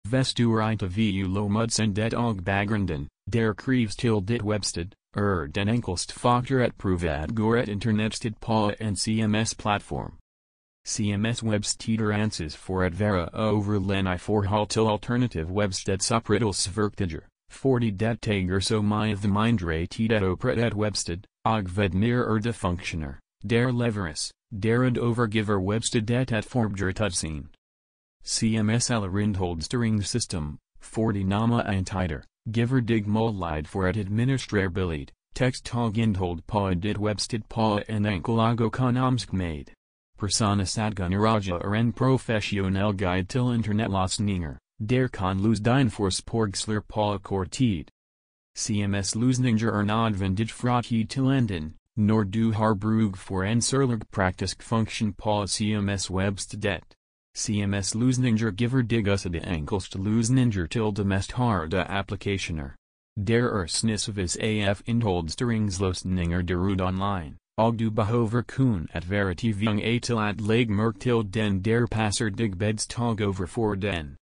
Vestuurite vu lomudsen det og bagranden, der kreves til dit websted, den enkelst factor at provad goret internetsted på en CMS-platform. CMS websteder answers for at vera overlen I forhold til alternative websteds opretelsesverktiger, 40 det tager så meget the mindrated at opret at websted, og ved meer de functioner, der leveres, der ad overgiver websted det at forbedret udseende. CMS allerindholdstering system, 40 nama antider, giver dig mulighed for at administrerbillighed, text tog indhold på dit websted på en enkel og økonomisk med. Personasadguneraja en professionel guide til internetløsninger, der kan løse din forspørgsler på kort tid. CMS løsninger nødvendigt fra tid til anden, når du har brug for en særlig praktisk funktion på CMS webstedet. CMS løsninger giver dig også de enkelste løsninger til de mest harde applikationer. Der snissvis af indholdsteringsløsninger derud online, og du behøver kun at være tvunget til at lægge mærke til den der passer dig bedst tog over for den.